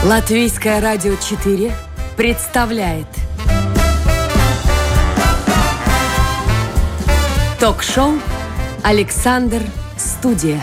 Латвийское радио 4 представляет ток-шоу «Александр Студия».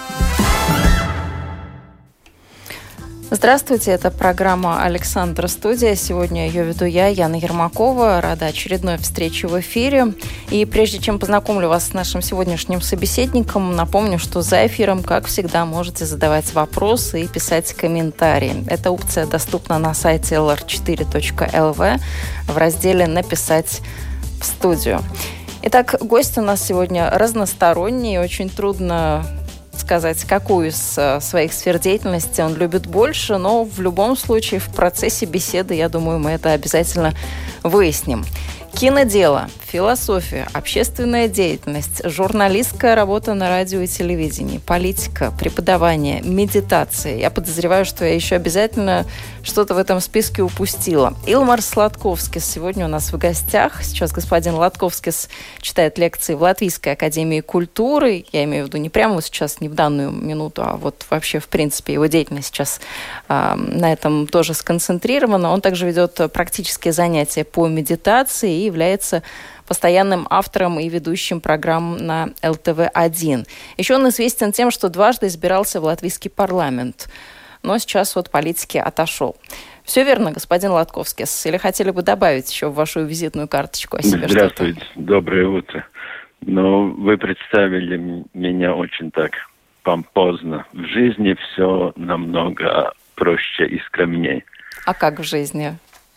Здравствуйте, это программа «Александр Студия». Сегодня ее веду я, Яна Ермакова. Рада очередной встрече в эфире. И прежде чем познакомлю вас с нашим сегодняшним собеседником, напомню, что за эфиром, как всегда, можете задавать вопросы и писать комментарии. Эта опция доступна на сайте lr4.lv в разделе «Написать в студию». Итак, гость у нас сегодня разносторонний, очень трудно сказать, какую из своих сфер деятельности он любит больше, но в любом случае в процессе беседы, я думаю, мы это обязательно выясним. Кинодело, философия, общественная деятельность, журналистская работа на радио и телевидении, политика, преподавание, медитация. Я подозреваю, что я еще обязательно что-то в этом списке упустила. Илмарс Латковскис сегодня у нас в гостях. Сейчас господин Латковскис читает лекции в Латвийской академии культуры. Я имею в виду не прямо сейчас, не в данную минуту, а вот вообще, в принципе, его деятельность сейчас на этом тоже сконцентрирована. Он также ведет практические занятия по медитации и является постоянным автором и ведущим программ на ЛТВ-1. Еще он известен тем, что дважды избирался в латвийский парламент, но сейчас от политики отошел. Все верно, господин Латковскис? Или хотели бы добавить еще в вашу визитную карточку о себе Здравствуйте, что-то? Доброе утро. Ну, вы представили меня очень так помпозно. В жизни все намного проще и скромнее. А как в жизни?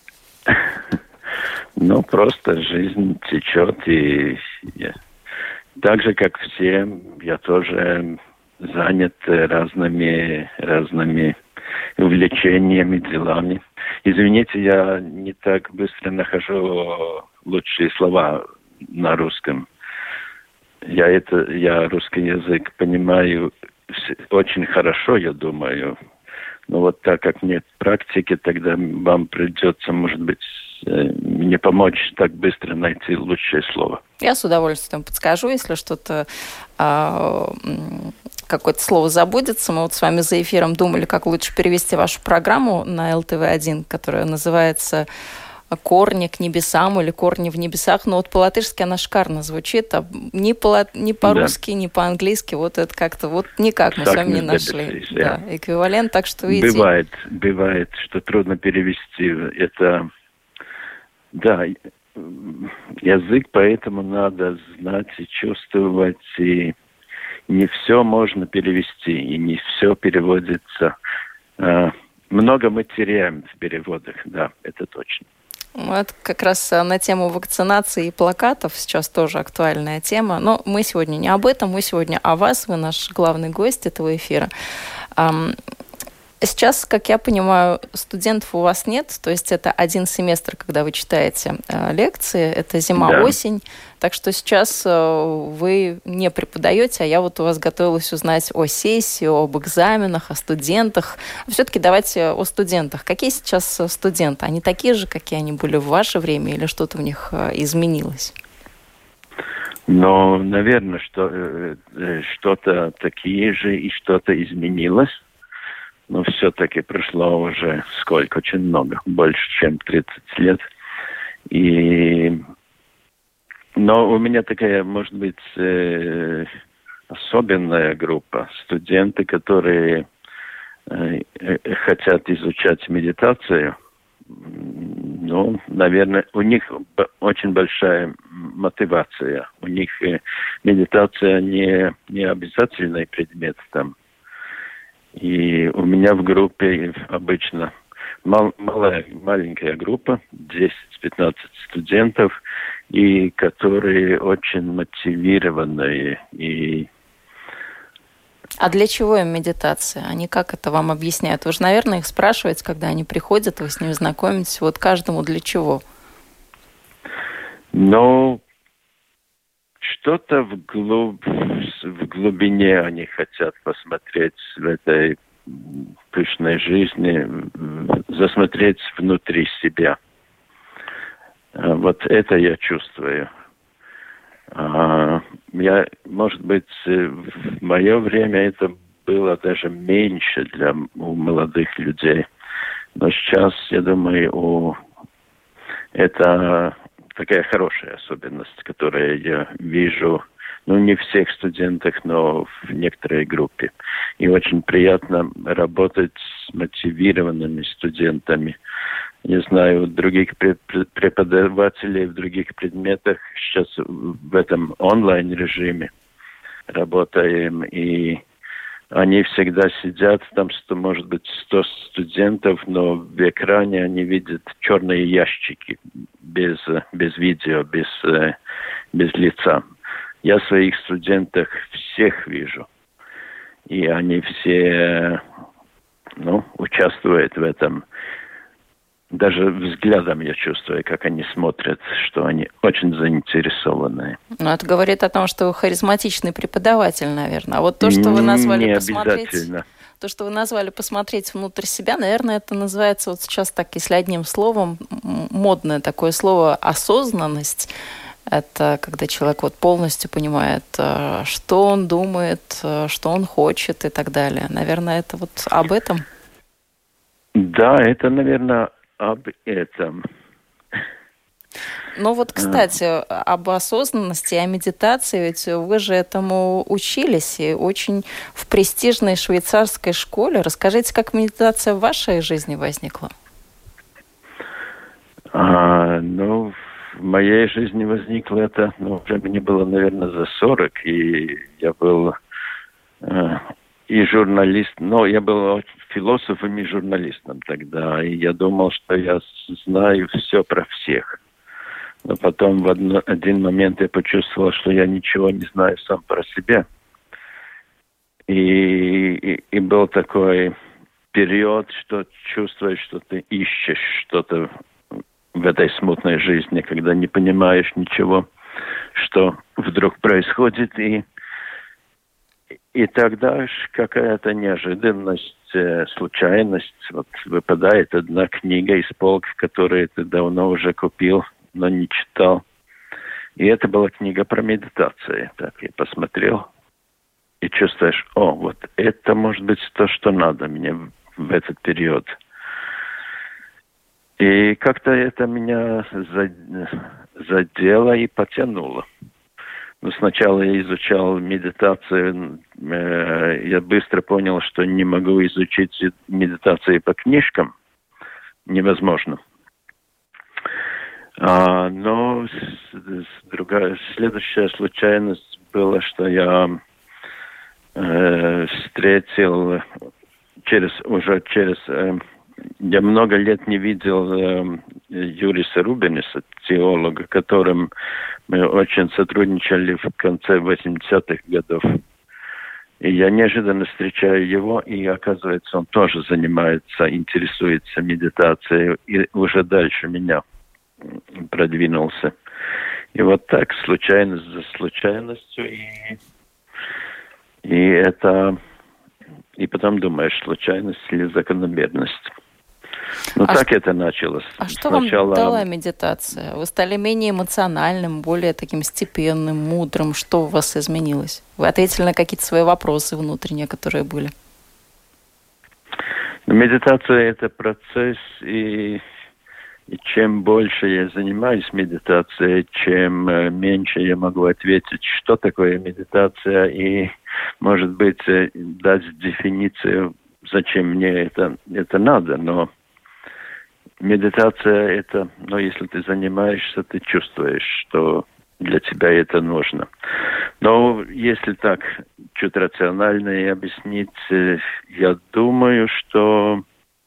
Ну, просто жизнь течет, и так же, как все, я тоже занят разными увлечениями, делами. Извините, я не так быстро нахожу лучшие слова на русском. Я русский язык понимаю очень хорошо, я думаю. Но вот так как нет практики, тогда вам придется, может быть, мне помочь так быстро найти лучшее слово. Я с удовольствием подскажу, если что-то, какое-то слово забудется. Мы вот с вами за эфиром думали, как лучше перевести вашу программу на ЛТВ-1, которая называется «Корни к небесам» или «Корни в небесах». Но вот по-латышски она шикарно звучит, а ни по-русски, ни по-английски вот это как-то вот никак мы с вами не нашли эквивалент. Так что видите... Бывает, что трудно перевести это... Да, язык, поэтому надо знать и чувствовать, и не все можно перевести, и не все переводится. Много мы теряем в переводах, да, это точно. Это как раз на тему вакцинации и плакатов сейчас тоже актуальная тема. Но мы сегодня не об этом, мы сегодня о вас, вы наш главный гость этого эфира. Сейчас, как я понимаю, студентов у вас нет, то есть это один семестр, когда вы читаете лекции, это зима-осень, так что сейчас вы не преподаете, а я вот у вас готовилась узнать о сессии, об экзаменах, о студентах. Все-таки давайте о студентах. Какие сейчас студенты? Они такие же, какие они были в ваше время, или что-то в них изменилось? Ну, наверное, что-то такие же и что-то изменилось. Но все-таки прошло уже сколько? Очень много. Больше, чем 30 лет. Но у меня такая, может быть, особенная группа. Студенты, которые хотят изучать медитацию. Ну, наверное, у них очень большая мотивация. У них медитация не обязательный предмет там. И у меня в группе обычно маленькая группа, 10-15 студентов, и которые очень мотивированные. А для чего им медитация? Они как это вам объясняют? Вы же, наверное, их спрашиваете, когда они приходят, вы с ними знакомитесь. Вот каждому для чего? Ну, что-то в глубине они хотят посмотреть в этой пышной жизни, засмотреть внутри себя. Вот это я чувствую. Может быть, в мое время это было даже меньше у молодых людей. Но сейчас, я думаю, это такая хорошая особенность, которую я вижу, не в всех студентах, но в некоторой группе. И очень приятно работать с мотивированными студентами. Я знаю, других преподавателей в других предметах сейчас в этом онлайн-режиме работаем, и они всегда сидят, там может быть 100 студентов, но в экране они видят черные ящики без видео, без лица. Я своих студентов всех вижу, и они все участвуют в этом. Даже взглядом я чувствую, как они смотрят, что они очень заинтересованы. Это говорит о том, что вы харизматичный преподаватель, наверное. А вот то, что вы назвали посмотреть внутрь себя, наверное, это называется вот сейчас так, если одним словом, модное такое слово «осознанность». Это когда человек полностью понимает, что он думает, что он хочет и так далее. Наверное, это об этом? Да, это, наверное, об этом. Кстати, об осознанности, о медитации, ведь вы же этому учились и очень в престижной швейцарской школе. Расскажите, как медитация в вашей жизни возникла? В моей жизни возникло это, уже мне было, наверное, за 40, и я был и журналист, я был философом и журналистом тогда, и я думал, что я знаю все про всех. Но потом в один момент я почувствовал, что я ничего не знаю сам про себя. И был такой период, что чувствуешь, что ты ищешь что-то в этой смутной жизни, когда не понимаешь ничего, что вдруг происходит, и тогда какая-то неожиданность, случайность. Выпадает одна книга из полки, которую ты давно уже купил, но не читал. И это была книга про медитацию. Так я посмотрел и чувствуешь, это может быть то, что надо мне в этот период. И как-то это меня задело и потянуло. Сначала я изучал медитацию, я быстро понял, что не могу изучить медитацию по книжкам. Невозможно. Но следующая случайность была, что я встретил я много лет не видел Юриса Рубениса, теолога, которым мы очень сотрудничали в конце 80-х годов. И я неожиданно встречаю его, и оказывается, он тоже интересуется медитацией, и уже дальше меня продвинулся. И так, случайность за случайностью, и потом думаешь, случайность или закономерность. Так это началось. Что вам дала медитация? Вы стали менее эмоциональным, более таким степенным, мудрым. Что у вас изменилось? Вы ответили на какие-то свои вопросы внутренние, которые были? Медитация – это процесс, и чем больше я занимаюсь медитацией, чем меньше я могу ответить, что такое медитация, и, может быть, дать дефиницию, зачем мне это надо. Но медитация – это, если ты занимаешься, ты чувствуешь, что для тебя это нужно. Но если так чуть рационально объяснить, я думаю, что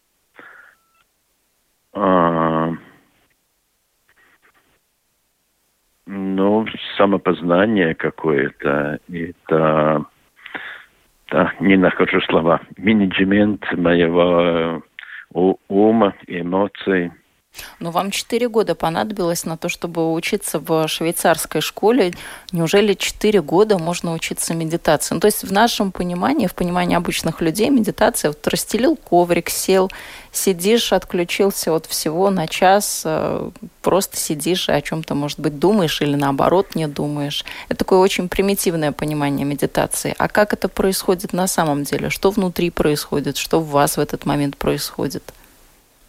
самопознание какое-то, это не нахожу слова, менеджмент моего ума, эмоций. Вам 4 года понадобилось на то, чтобы учиться в швейцарской школе. Неужели 4 года можно учиться медитации? То есть в нашем понимании, в понимании обычных людей, медитация, расстелил коврик, сел, сидишь, отключился от всего на час, просто сидишь и о чем-то, может быть, думаешь или наоборот не думаешь. Это такое очень примитивное понимание медитации. А как это происходит на самом деле? Что внутри происходит? Что в вас в этот момент происходит?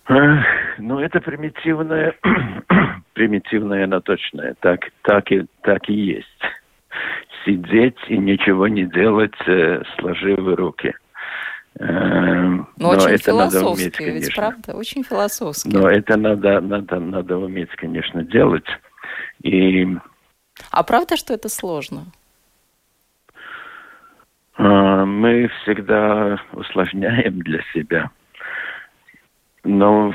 Ну, это примитивное, но точное. Так и есть. Сидеть и ничего не делать, сложив руки. Но очень это философски, уметь, ведь правда? Очень философски. Но это надо уметь, конечно, делать. А правда, что это сложно? Мы всегда усложняем для себя. Но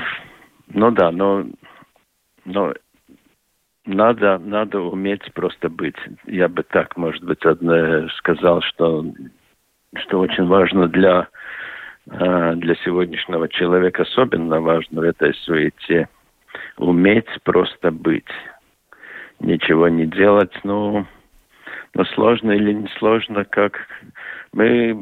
надо уметь просто быть. Я бы так, может быть, сказал, что очень важно для сегодняшнего человека, особенно важно в этой суете, уметь просто быть. Ничего не делать, но сложно или не сложно, как мы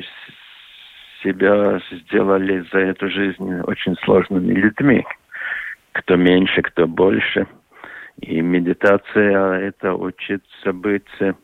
себя сделали за эту жизнь очень сложными людьми. Кто меньше, кто больше. И медитация – это учиться быть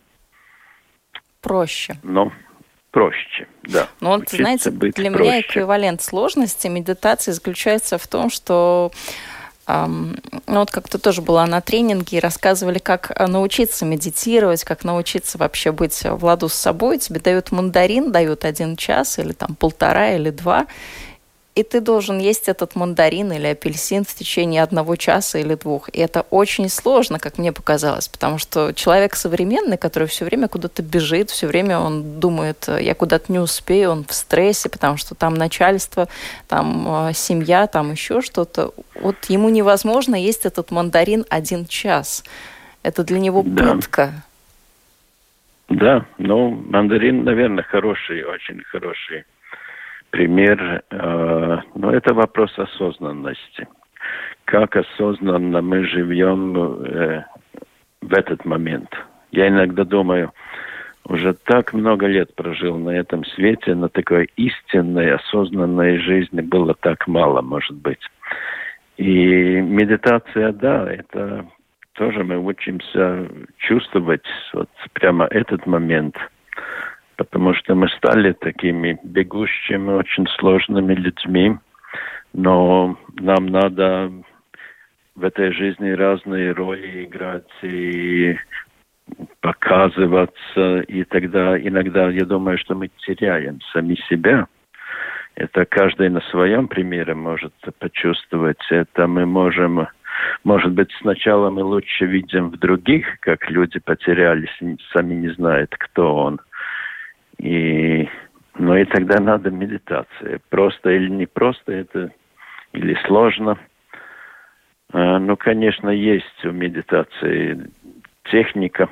проще. Проще, да. Но вот, знаете, для меня эквивалент сложности медитации заключается в том, что вот как-то тоже была на тренинге и рассказывали, как научиться медитировать, как научиться вообще быть в ладу с собой. Тебе дают мандарин, дают 1 час или там 1,5 или 2, и ты должен есть этот мандарин или апельсин в течение 1 часа или 2. И это очень сложно, как мне показалось, потому что человек современный, который все время куда-то бежит, все время он думает, я куда-то не успею, он в стрессе, потому что там начальство, там семья, там еще что-то. Вот ему невозможно есть этот мандарин 1 час. Это для него пытка. Да, мандарин, наверное, очень хороший пример, но это вопрос осознанности. Как осознанно мы живем в этот момент. Я иногда думаю, уже так много лет прожил на этом свете, но такой истинной, осознанной жизни было так мало, может быть. И медитация, да, это тоже мы учимся чувствовать вот прямо этот момент. Потому что мы стали такими бегущими, очень сложными людьми, но нам надо в этой жизни разные роли играть и показываться, и тогда иногда я думаю, что мы теряем сами себя. Это каждый на своем примере может почувствовать. Это мы можем, может быть, сначала мы лучше видим в других, как люди потерялись, сами не знают, кто он. И тогда надо медитация. Просто или не просто это, или сложно. Конечно, есть у медитации техника.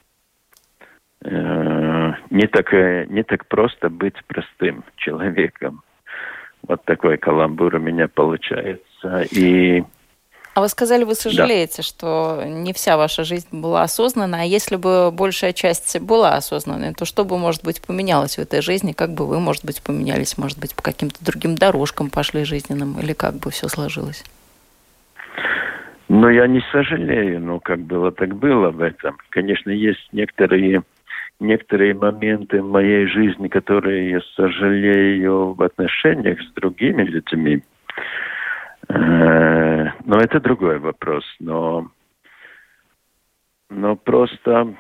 Не так просто быть простым человеком. Вот такой каламбур у меня получается. А вы сказали, вы сожалеете, что не вся ваша жизнь была осознанна, а если бы большая часть была осознанной, то что бы, может быть, поменялось в этой жизни? Как бы вы, может быть, поменялись, может быть, по каким-то другим дорожкам пошли жизненным, или как бы все сложилось? Я не сожалею, но как было, так было в этом. Конечно, есть некоторые моменты в моей жизни, которые я сожалею в отношениях с другими людьми. Но это другой вопрос. Но просто,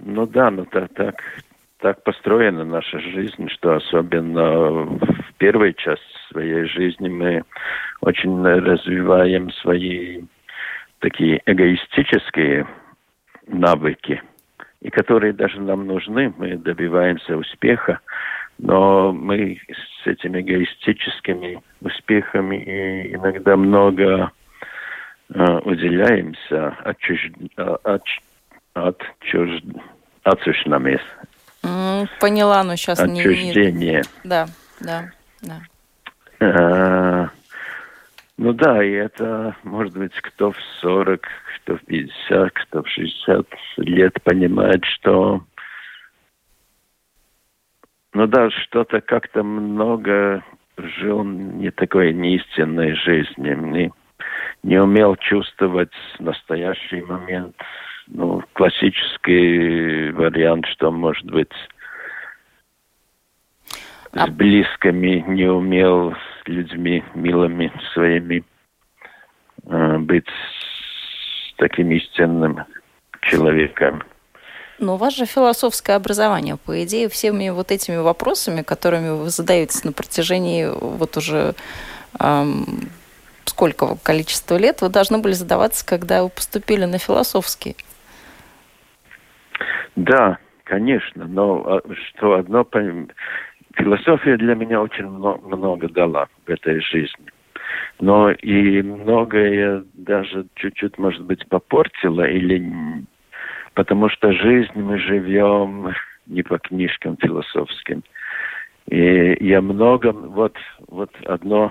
так построена наша жизнь, что особенно в первой части своей жизни мы очень развиваем свои такие эгоистические навыки, и которые даже нам нужны. Мы добиваемся успеха, но мы с этими эгоистическими успехами иногда много уделяемся отчуждаемся. Поняла, но сейчас отчуждение. Да. И это, может быть, кто в 40, кто в 50, кто в 60 лет понимает, что что-то как-то много жил не такой неистинной жизни, не умел чувствовать настоящий момент, классический вариант, что, может быть, с близкими не умел с людьми милыми своими, быть таким истинным человеком. Но у вас же философское образование. По идее, всеми вот этими вопросами, которыми вы задаетесь на протяжении вот уже сколько количества лет, вы должны были задаваться, когда вы поступили на философский. Да, конечно. Но что одно... Философия для меня очень много дала в этой жизни. Но и многое даже чуть-чуть, может быть, попортила, или потому что жизнь мы живем не по книжкам философским. И я много, вот одно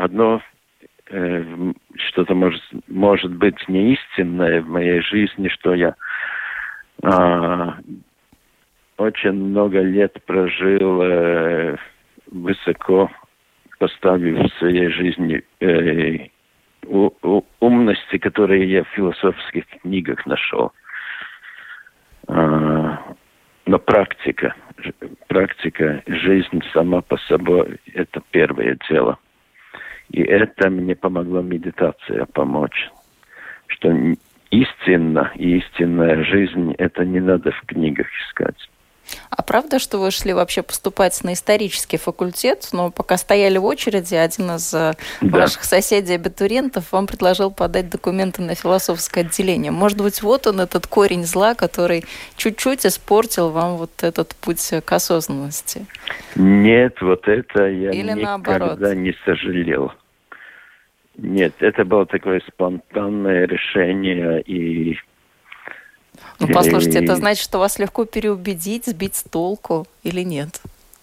что-то может быть не истинное в моей жизни, что я очень много лет прожил высоко, поставив в своей жизни умности, которые я в философских книгах нашел. Но практика, жизнь сама по себе, это первое дело. И это мне помогла медитация помочь. Что истинная жизнь, это не надо в книгах искать. А правда, что вы шли вообще поступать на исторический факультет, но пока стояли в очереди, один из ваших соседей-абитуриентов вам предложил подать документы на философское отделение? Может быть, вот он, этот корень зла, который чуть-чуть испортил вам вот этот путь к осознанности? Нет, вот это я Или никогда наоборот? Не сожалел. Нет, это было такое спонтанное решение и... Ну, послушайте, это значит, что вас легко переубедить, сбить с толку или нет?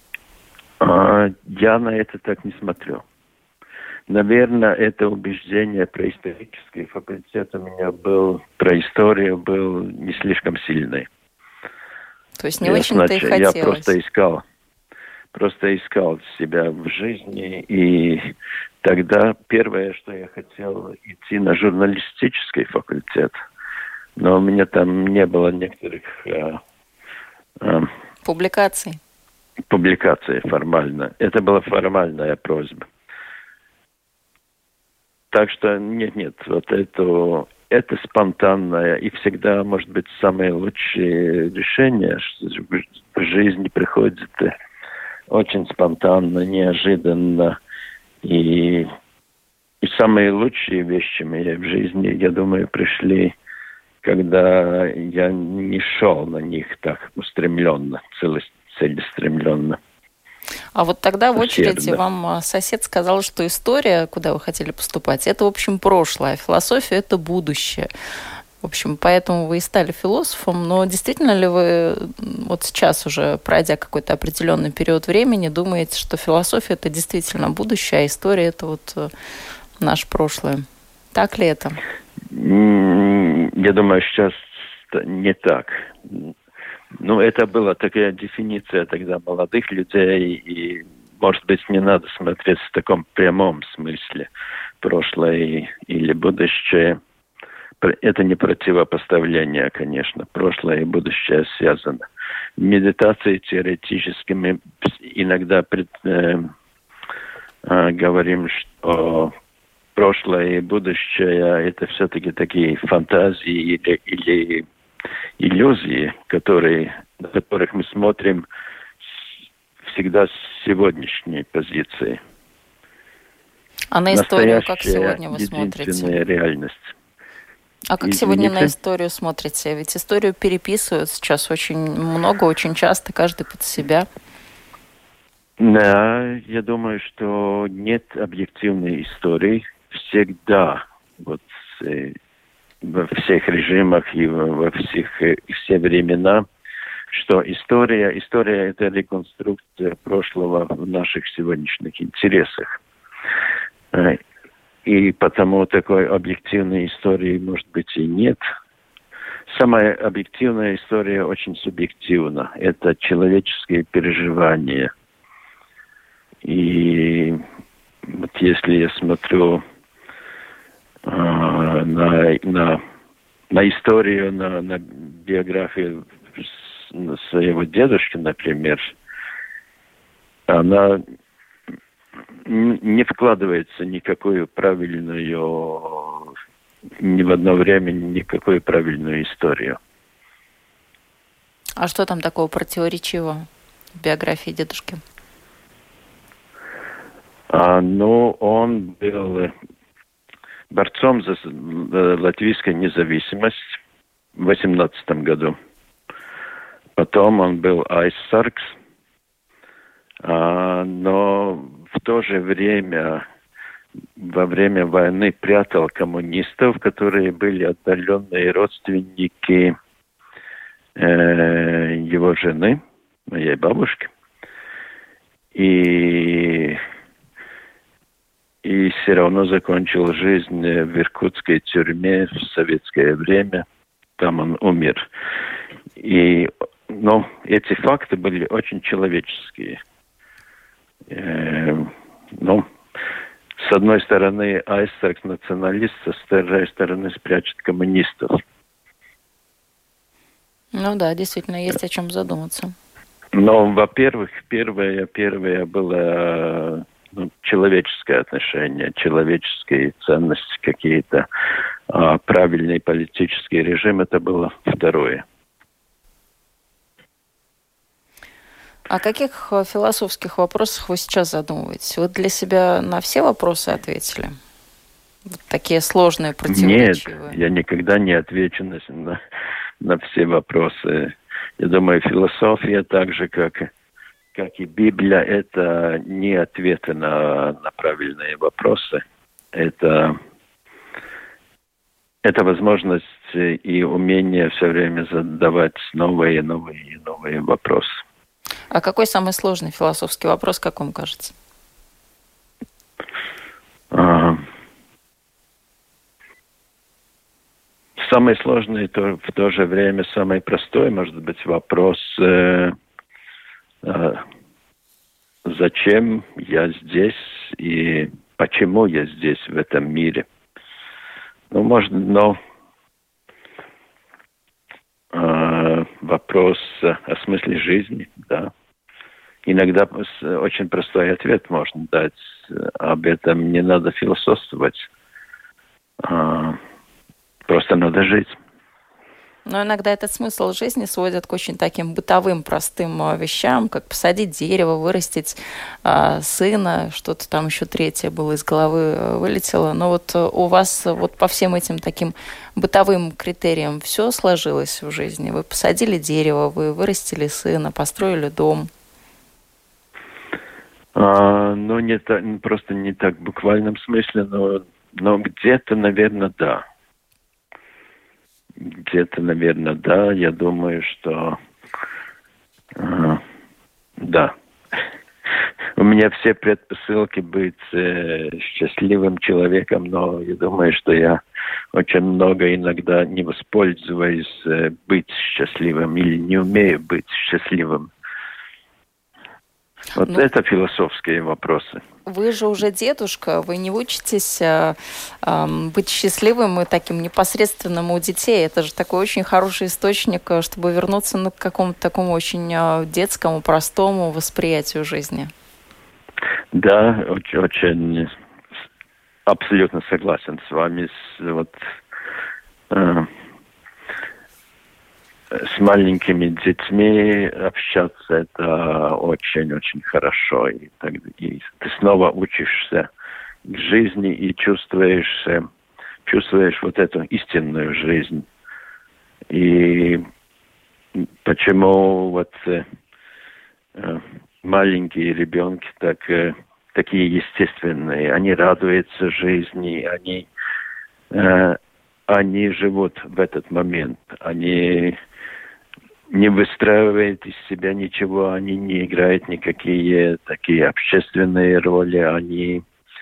Я на это так не смотрю. Наверное, это убеждение про исторический факультет у меня про историю был не слишком сильный. То есть не очень-то и хотелось. Я просто искал себя в жизни, и тогда первое, что я хотел, идти на журналистический факультет. Но у меня там не было некоторых публикаций формально. Это была формальная просьба. Так что нет, вот это спонтанное и всегда, может быть, самое лучшее решение, что в жизни приходит очень спонтанно, неожиданно. И самые лучшие вещи в жизни, я думаю, пришли, когда я не шел на них так устремленно, целеустремленно. А вот тогда в очереди вам сосед сказал, что история, куда вы хотели поступать, это, в общем, прошлое, а философия – это будущее. В общем, поэтому вы и стали философом. Но действительно ли вы вот сейчас уже, пройдя какой-то определенный период времени, думаете, что философия – это действительно будущее, а история – это вот наше прошлое? Так ли это? Я думаю, сейчас не так. Ну, это была такая дефиниция тогда молодых людей, и, может быть, не надо смотреть в таком прямом смысле прошлое или будущее. Это не противопоставление, конечно. Прошлое и будущее связано. В медитации теоретически мы иногда говорим, что прошлое и будущее – это все-таки такие фантазии или иллюзии, на которых мы смотрим всегда с сегодняшней позиции. А на историю как сегодня вы смотрите? Единственная реальность. А как сегодня на историю смотрите? Ведь историю переписывают сейчас очень много, очень часто, каждый под себя. Да, я думаю, что нет объективной истории. Всегда, вот во всех режимах и во все времена, что история – это реконструкция прошлого в наших сегодняшних интересах. И потому такой объективной истории, может быть, и нет. Самая объективная история очень субъективна. Это человеческие переживания. И вот если я смотрю на историю, на биографию своего дедушки, например, она не вкладывается никакую правильную, ни в одно время никакую правильную историю. А что там такого противоречивого в биографии дедушки? Он был борцом за латвийскую независимость в 18 году. Потом он был айссаргс, но в то же время, во время войны прятал коммунистов, которые были отдаленные родственники его жены, моей бабушки. И все равно закончил жизнь в иркутской тюрьме в советское время. Там он умер. Но эти факты были очень человеческие. С одной стороны, айссаргс националист, с другой стороны, спрячет коммунистов. Ну да, действительно, есть о чем задуматься. Но, во-первых, первое было человеческое отношение, человеческие ценности какие-то, правильный политический режим, это было второе. О каких философских вопросах вы сейчас задумываетесь? Вы для себя на все вопросы ответили? Вот такие сложные, противоречивые. Нет, я никогда не отвечу на все вопросы. Я думаю, философия, так же, как и Библия, это не ответы на правильные вопросы. Это возможность и умение все время задавать новые вопросы. А какой самый сложный философский вопрос, как вам кажется? Самый сложный, в то же время самый простой, может быть, вопрос, зачем я здесь и почему я здесь, в этом мире. Вопрос о смысле жизни, да. Иногда очень простой ответ можно дать. Об этом не надо философствовать. Просто надо жить. Но иногда этот смысл жизни сводят к очень таким бытовым, простым вещам, как посадить дерево, вырастить сына, что-то там еще третье было из головы вылетело. Но вот у вас вот по всем этим таким бытовым критериям все сложилось в жизни? Вы посадили дерево, вы вырастили сына, построили дом? Просто не так в буквальном смысле, но где-то, наверное, да. Где-то, наверное, да. Я думаю, что да. У меня все предпосылки быть счастливым человеком, но я думаю, что я очень много иногда не воспользуюсь быть счастливым или не умею быть счастливым. Вот это философские вопросы. Вы же уже дедушка, вы не учитесь быть счастливым и таким непосредственным у детей. Это же такой очень хороший источник, чтобы вернуться к какому-то такому очень детскому, простому восприятию жизни. Да, очень абсолютно согласен с вами. С маленькими детьми общаться это очень-очень хорошо. И ты снова учишься к жизни и чувствуешь вот эту истинную жизнь. И почему маленькие ребенки такие естественные, они радуются жизни, они живут в этот момент, они не выстраивают из себя ничего, они не играют никакие такие общественные роли, они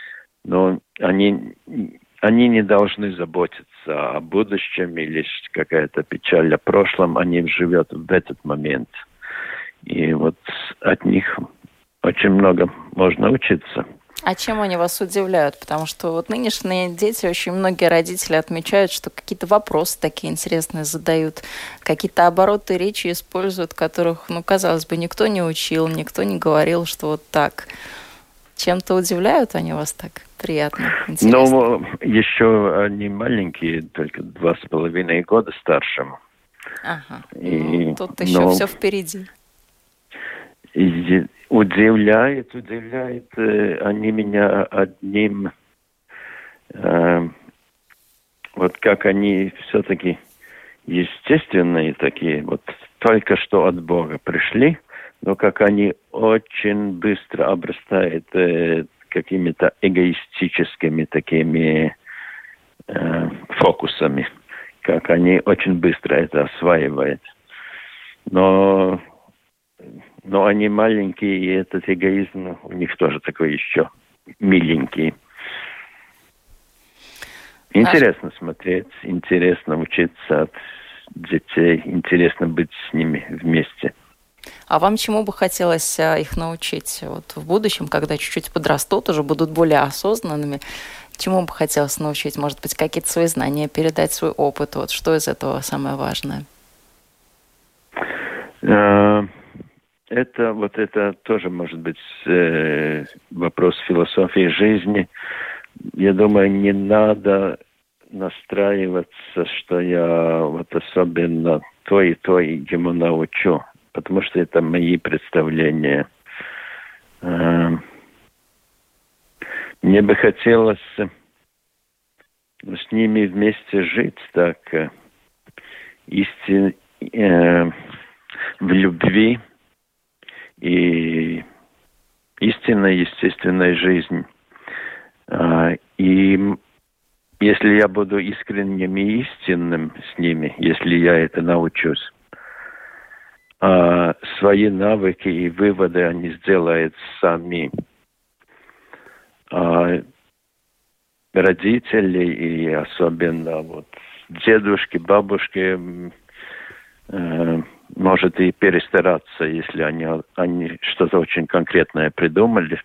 не должны заботиться о будущем или какая-то печаль о прошлом, они живут в этот момент. И вот от них очень много можно учиться. А чем они вас удивляют? Потому что вот нынешние дети, очень многие родители отмечают, что какие-то вопросы такие интересные задают, какие-то обороты речи используют, которых, казалось бы, никто не учил, никто не говорил, что вот так. Чем-то удивляют они вас так приятно, интересно? Ну, еще они маленькие, только 2,5 года старшим. Ага, тут еще все впереди. И удивляет они меня одним, вот как они все-таки естественные такие, вот только что от Бога пришли, но как они очень быстро обрастают какими-то эгоистическими такими фокусами, как они очень быстро это осваивают. Но они маленькие, и этот эгоизм у них тоже такой еще миленький. Интересно смотреть, интересно учиться от детей, интересно быть с ними вместе. А вам чему бы хотелось их научить вот в будущем, когда чуть-чуть подрастут, уже будут более осознанными? Чему бы хотелось научить? Может быть, какие-то свои знания передать, свой опыт? Вот что из этого самое важное? Это тоже может быть вопрос философии жизни. Я думаю, не надо настраиваться, что я вот особенно то и то ему научу, потому что это мои представления. Мне бы хотелось с ними вместе жить так в любви и истинной, естественной жизни. И если я буду искренним и истинным с ними, если я это научусь, свои навыки и выводы они сделают сами. Родители и особенно вот дедушки, бабушки, может и перестараться, если они что-то очень конкретное придумали.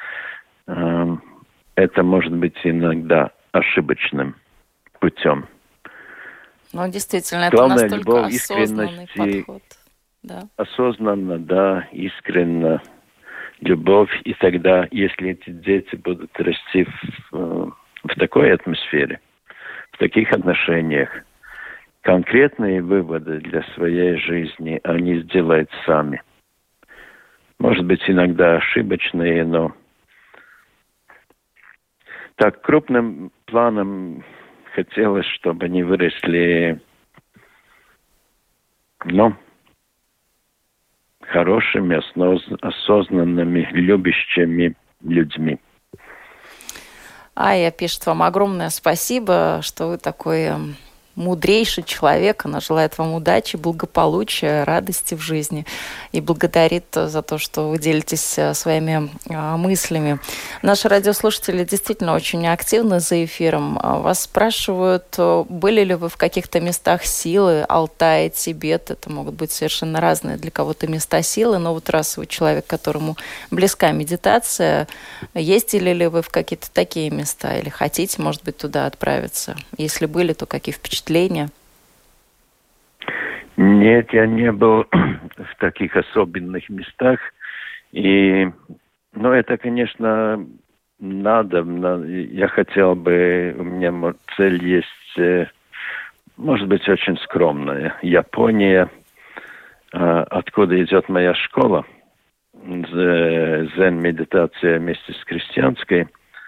Это может быть иногда ошибочным путем. Ну, действительно, главное, это настолько осознанный подход. Да. Осознанно, да, искренне любовь. И тогда, если эти дети будут расти в такой атмосфере, в таких отношениях, конкретные выводы для своей жизни они сделают сами. Может быть, иногда ошибочные, но так крупным планом хотелось, чтобы они выросли, хорошими, осознанными, любящими людьми. Ая пишет вам огромное спасибо, что вы такой мудрейший человек. Она желает вам удачи, благополучия, радости в жизни и благодарит за то, что вы делитесь своими мыслями. Наши радиослушатели действительно очень активны за эфиром. Вас спрашивают, были ли вы в каких-то местах силы, Алтай, Тибет. Это могут быть совершенно разные для кого-то места силы, но вот раз вы человек, которому близка медитация, ездили ли вы в какие-то такие места или хотите, может быть, туда отправиться? Если были, то какие впечатления? Нет, я не был в таких особенных местах. Но это, конечно, надо. Я хотел бы, у меня цель есть, может быть, очень скромная. Япония, откуда идет моя школа, зен-медитация вместе с христианской.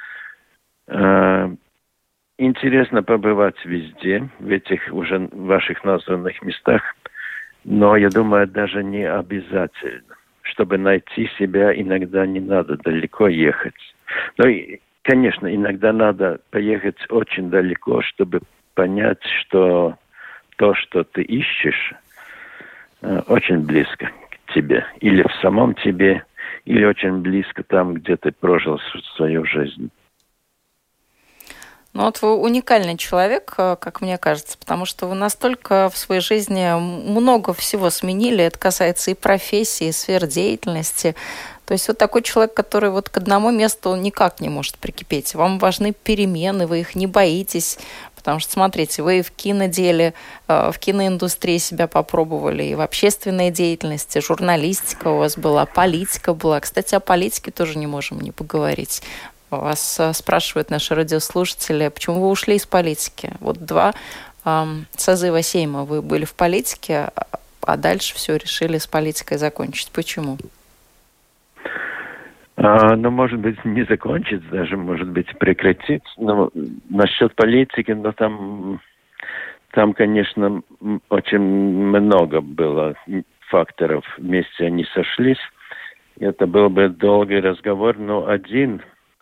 Интересно побывать везде, в этих уже ваших названных местах, но, я думаю, даже не обязательно. Чтобы найти себя, иногда не надо далеко ехать. Но, конечно, иногда надо поехать очень далеко, чтобы понять, что то, что ты ищешь, очень близко к тебе. Или в самом тебе, или очень близко там, где ты прожил свою жизнь. Ну вот вы уникальный человек, как мне кажется, потому что вы настолько в своей жизни много всего сменили. Это касается и профессии, и сфер деятельности. То есть вот такой человек, который вот к одному месту никак не может прикипеть. Вам важны перемены, вы их не боитесь, Потому что, смотрите, вы и в киноделе, в киноиндустрии себя попробовали, и в общественной деятельности, журналистика у вас была, политика была. Кстати, о политике тоже не можем не поговорить. Вас спрашивают наши радиослушатели, почему вы ушли из политики? Вот 2 созыва Сейма вы были в политике, а дальше все решили с политикой закончить. Почему? Ну, может быть, не закончить, даже, может быть, прекратить. Но насчет политики, но там, конечно, очень много было факторов. Вместе они сошлись. Это был бы долгий разговор, но один,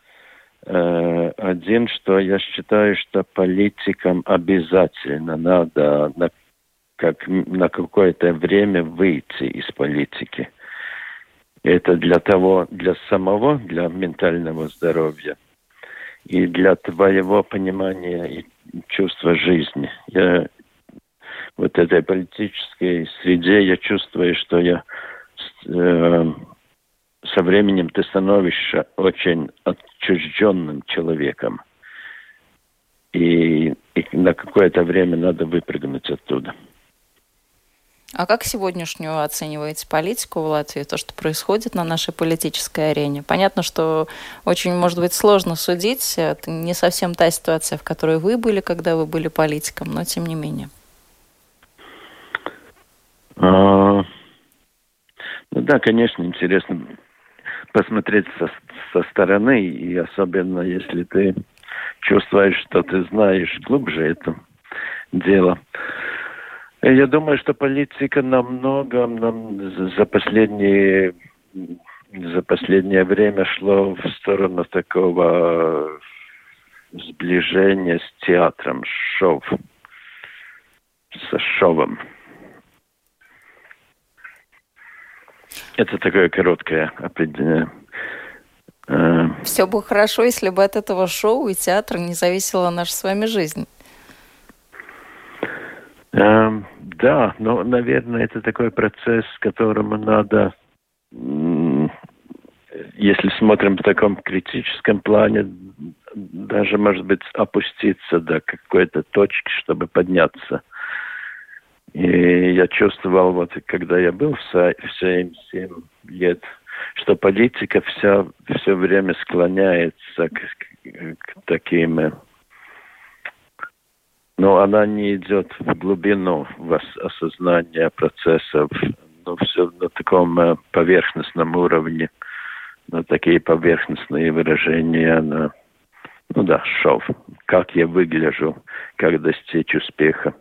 что я считаю, что политикам обязательно надо на какое-то время выйти из политики. Это для ментального здоровья и для твоего понимания и чувства жизни. Вот этой политической среде я чувствую, что со временем ты становишься очень отчужденным человеком. И на какое-то время надо выпрыгнуть оттуда. А как сегодняшнюю оцениваете политику в Латвии, то, что происходит на нашей политической арене? Понятно, что очень, может быть, сложно судить. Это не совсем та ситуация, в которой вы были, когда вы были политиком, но тем не менее. Ну да, конечно, интересно посмотреть со стороны, и особенно если ты чувствуешь, что ты знаешь глубже это дело. Я думаю, что политика намного за последнее время шло в сторону такого сближения с театром, со шоу. Это такое короткое определение. Все бы хорошо, если бы от этого шоу и театра не зависела наша с вами жизнь. Да, но, наверное, это такой процесс, которому надо, если смотрим в таком критическом плане, даже, может быть, опуститься до какой-то точки, чтобы подняться. И я чувствовал, вот когда я был в 7 лет, что политика все время склоняется к таким... Но она не идет в глубину осознания процессов, но все на таком поверхностном уровне, на такие поверхностные выражения, шоу. Как я выгляжу, как достичь успеха.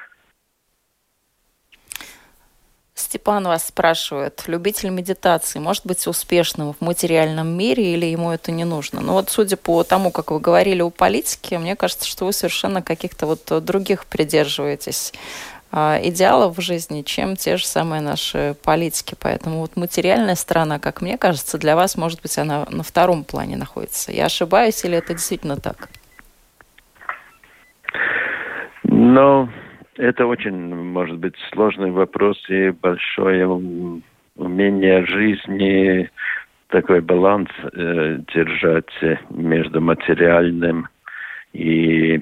Степан вас спрашивает, любитель медитации может быть успешным в материальном мире или ему это не нужно? Ну вот судя по тому, как вы говорили о политике, мне кажется, что вы совершенно каких-то других придерживаетесь идеалов в жизни, чем те же самые наши политики. Поэтому вот материальная сторона, как мне кажется, для вас, может быть, она на втором плане находится. Я ошибаюсь или это действительно так? Это очень, может быть, сложный вопрос и большое умение жизни, такой баланс держать между материальным и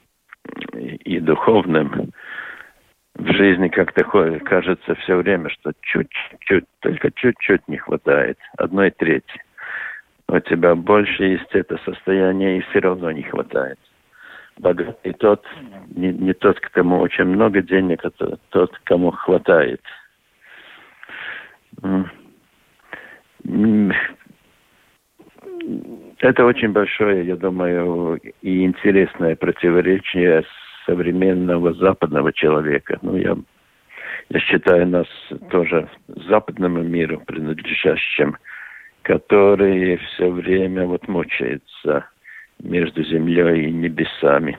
духовным. В жизни как-то кажется все время, что только чуть-чуть не хватает, 1/3. У тебя больше есть это состояние, и все равно не хватает. Богатый тот, не тот, кому очень много денег, а тот, кому хватает. Это очень большое, я думаю, и интересное противоречие современного западного человека. Я считаю нас тоже западному миру принадлежащим, который все время мучается между землей и небесами.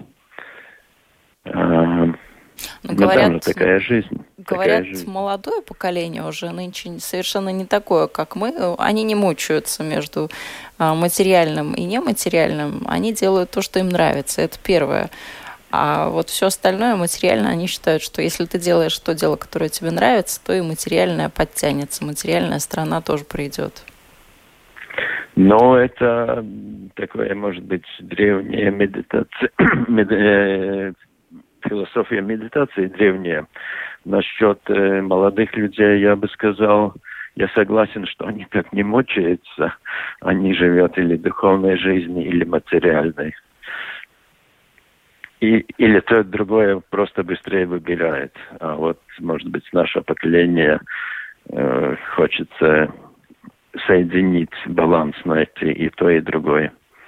Говорят, такая жизнь. Говорят, молодое поколение уже нынче совершенно не такое, как мы. Они не мучаются между материальным и нематериальным. Они делают то, что им нравится. Это первое. А вот все остальное материально, они считают, что если ты делаешь то дело, которое тебе нравится, то и материальное подтянется. Материальная сторона тоже придет. Но это такое, может быть, древняя медитация, философия медитации древняя. Насчет молодых людей я бы сказал, я согласен, что они так не мучаются. Они живут или духовной жизнью, или материальной. Или то и другое просто быстрее выбирает. А вот, может быть, наше поколение хочется соединить, баланс найти и то, и другое.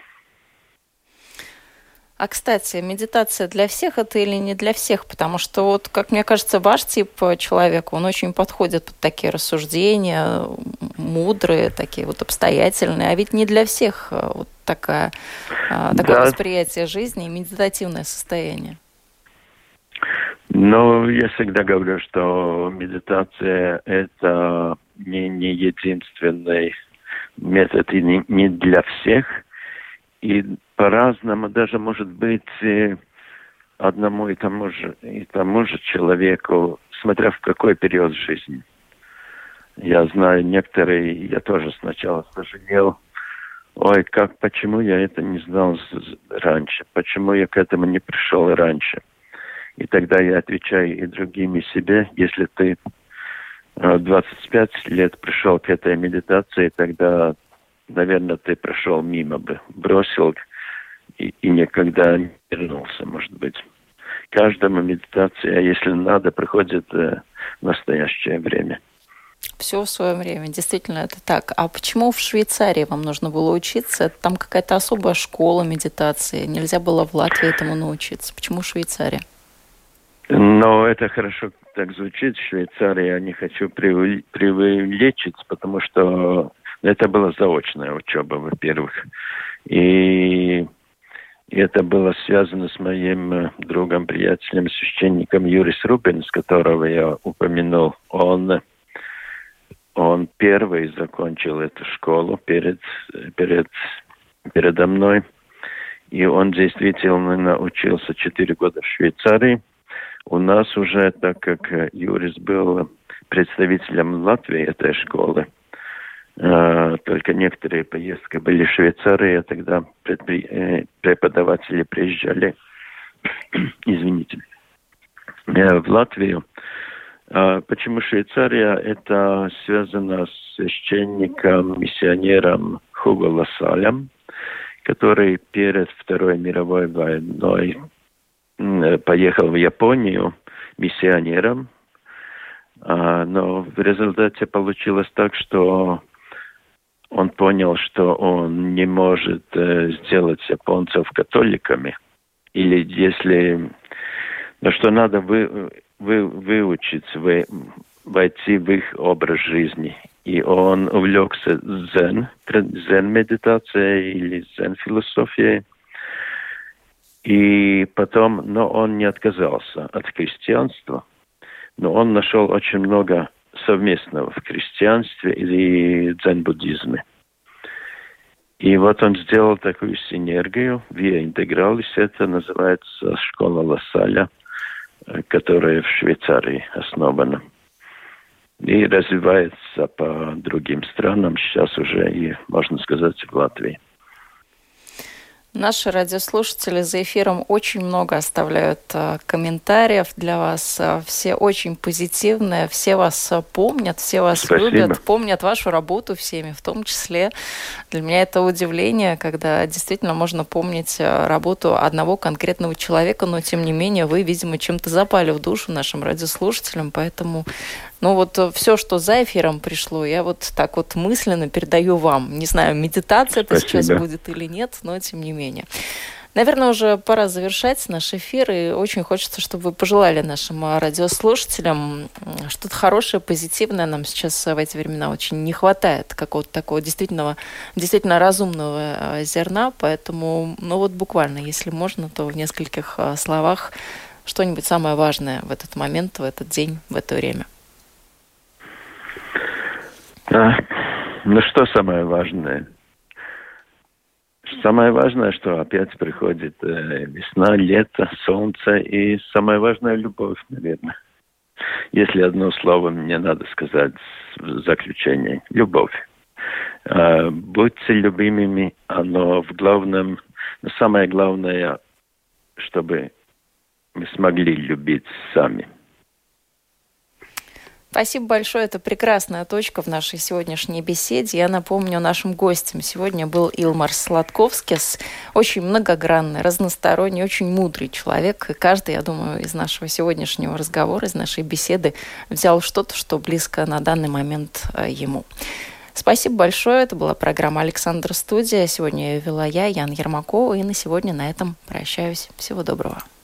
А, кстати, медитация для всех это или не для всех? Потому что, вот, как мне кажется, ваш тип человека, он очень подходит под такие рассуждения, мудрые, такие вот обстоятельные. А ведь не для всех вот такое восприятие жизни и медитативное состояние. Ну, я всегда говорю, что медитация – это не единственный метод и не для всех. И по-разному даже может быть одному и тому же человеку, смотря в какой период жизни. Я знаю некоторые, я тоже сначала сожалел, почему я это не знал раньше, почему я к этому не пришел раньше. И тогда я отвечаю и другим, и себе, если ты 25 лет пришел к этой медитации, тогда, наверное, ты прошел мимо бы, бросил и никогда не вернулся, может быть. Каждому медитация, если надо, приходит в настоящее время. Все в свое время, действительно, это так. А почему в Швейцарии вам нужно было учиться? Там какая-то особая школа медитации. Нельзя было в Латвии этому научиться. Почему Швейцария? Но это хорошо так звучит. В Швейцарии я не хочу преувеличить, потому что это была заочная учеба, во-первых. И это было связано с моим другом, приятелем, священником Юрис Рубинс, которого я упомянул. Он первый закончил эту школу передо мной. И он действительно учился 4 года в Швейцарии. У нас уже, так как Юрис был представителем Латвии этой школы, только некоторые поездки были в Швейцарии, а тогда преподаватели приезжали, в Латвию. Почему Швейцария? Это связано с священником, миссионером Хуго Лассалем, который перед Второй мировой войной поехал в Японию миссионером, но в результате получилось так, что он понял, что он не может сделать японцев католиками, или если, что надо выучиться, войти в их образ жизни. И он увлекся дзен-медитацией или дзен-философией. И потом, но он не отказался от христианства, но он нашел очень много совместного в христианстве и дзен-буддизме. И вот он сделал такую синергию, Via Integralis, это называется школа Лассаля, которая в Швейцарии основана. И развивается по другим странам, сейчас уже и, можно сказать, в Латвии. Наши радиослушатели за эфиром очень много оставляют комментариев для вас. Все очень позитивные, все вас помнят, все вас любят, помнят вашу работу всеми, в том числе. Для меня это удивление, когда действительно можно помнить работу одного конкретного человека, но тем не менее вы, видимо, чем-то запали в душу нашим радиослушателям, поэтому все, что за эфиром пришло, я вот так вот мысленно передаю вам. Не знаю, медитация это сейчас будет или нет, но тем не менее. Наверное, уже пора завершать наш эфир, и очень хочется, чтобы вы пожелали нашим радиослушателям что-то хорошее, позитивное. Нам сейчас в эти времена очень не хватает какого-то такого действительно разумного зерна, поэтому, буквально, если можно, то в нескольких словах что-нибудь самое важное в этот момент, в этот день, в это время. Что самое важное? Самое важное, что опять приходит весна, лето, солнце, и самое важное – любовь, наверное. Если одно слово мне надо сказать в заключение – любовь. Будьте любимыми, но в главном, но самое главное, чтобы мы смогли любить сами. Спасибо большое. Это прекрасная точка в нашей сегодняшней беседе. Я напомню, нашим гостем сегодня был Илмарс Сладковскис. Очень многогранный, разносторонний, очень мудрый человек. И каждый, я думаю, из нашего сегодняшнего разговора, из нашей беседы взял что-то, что близко на данный момент ему. Спасибо большое. Это была программа «Александр Студия». Сегодня ее вела я, Яна Ермакова. И на сегодня на этом прощаюсь. Всего доброго.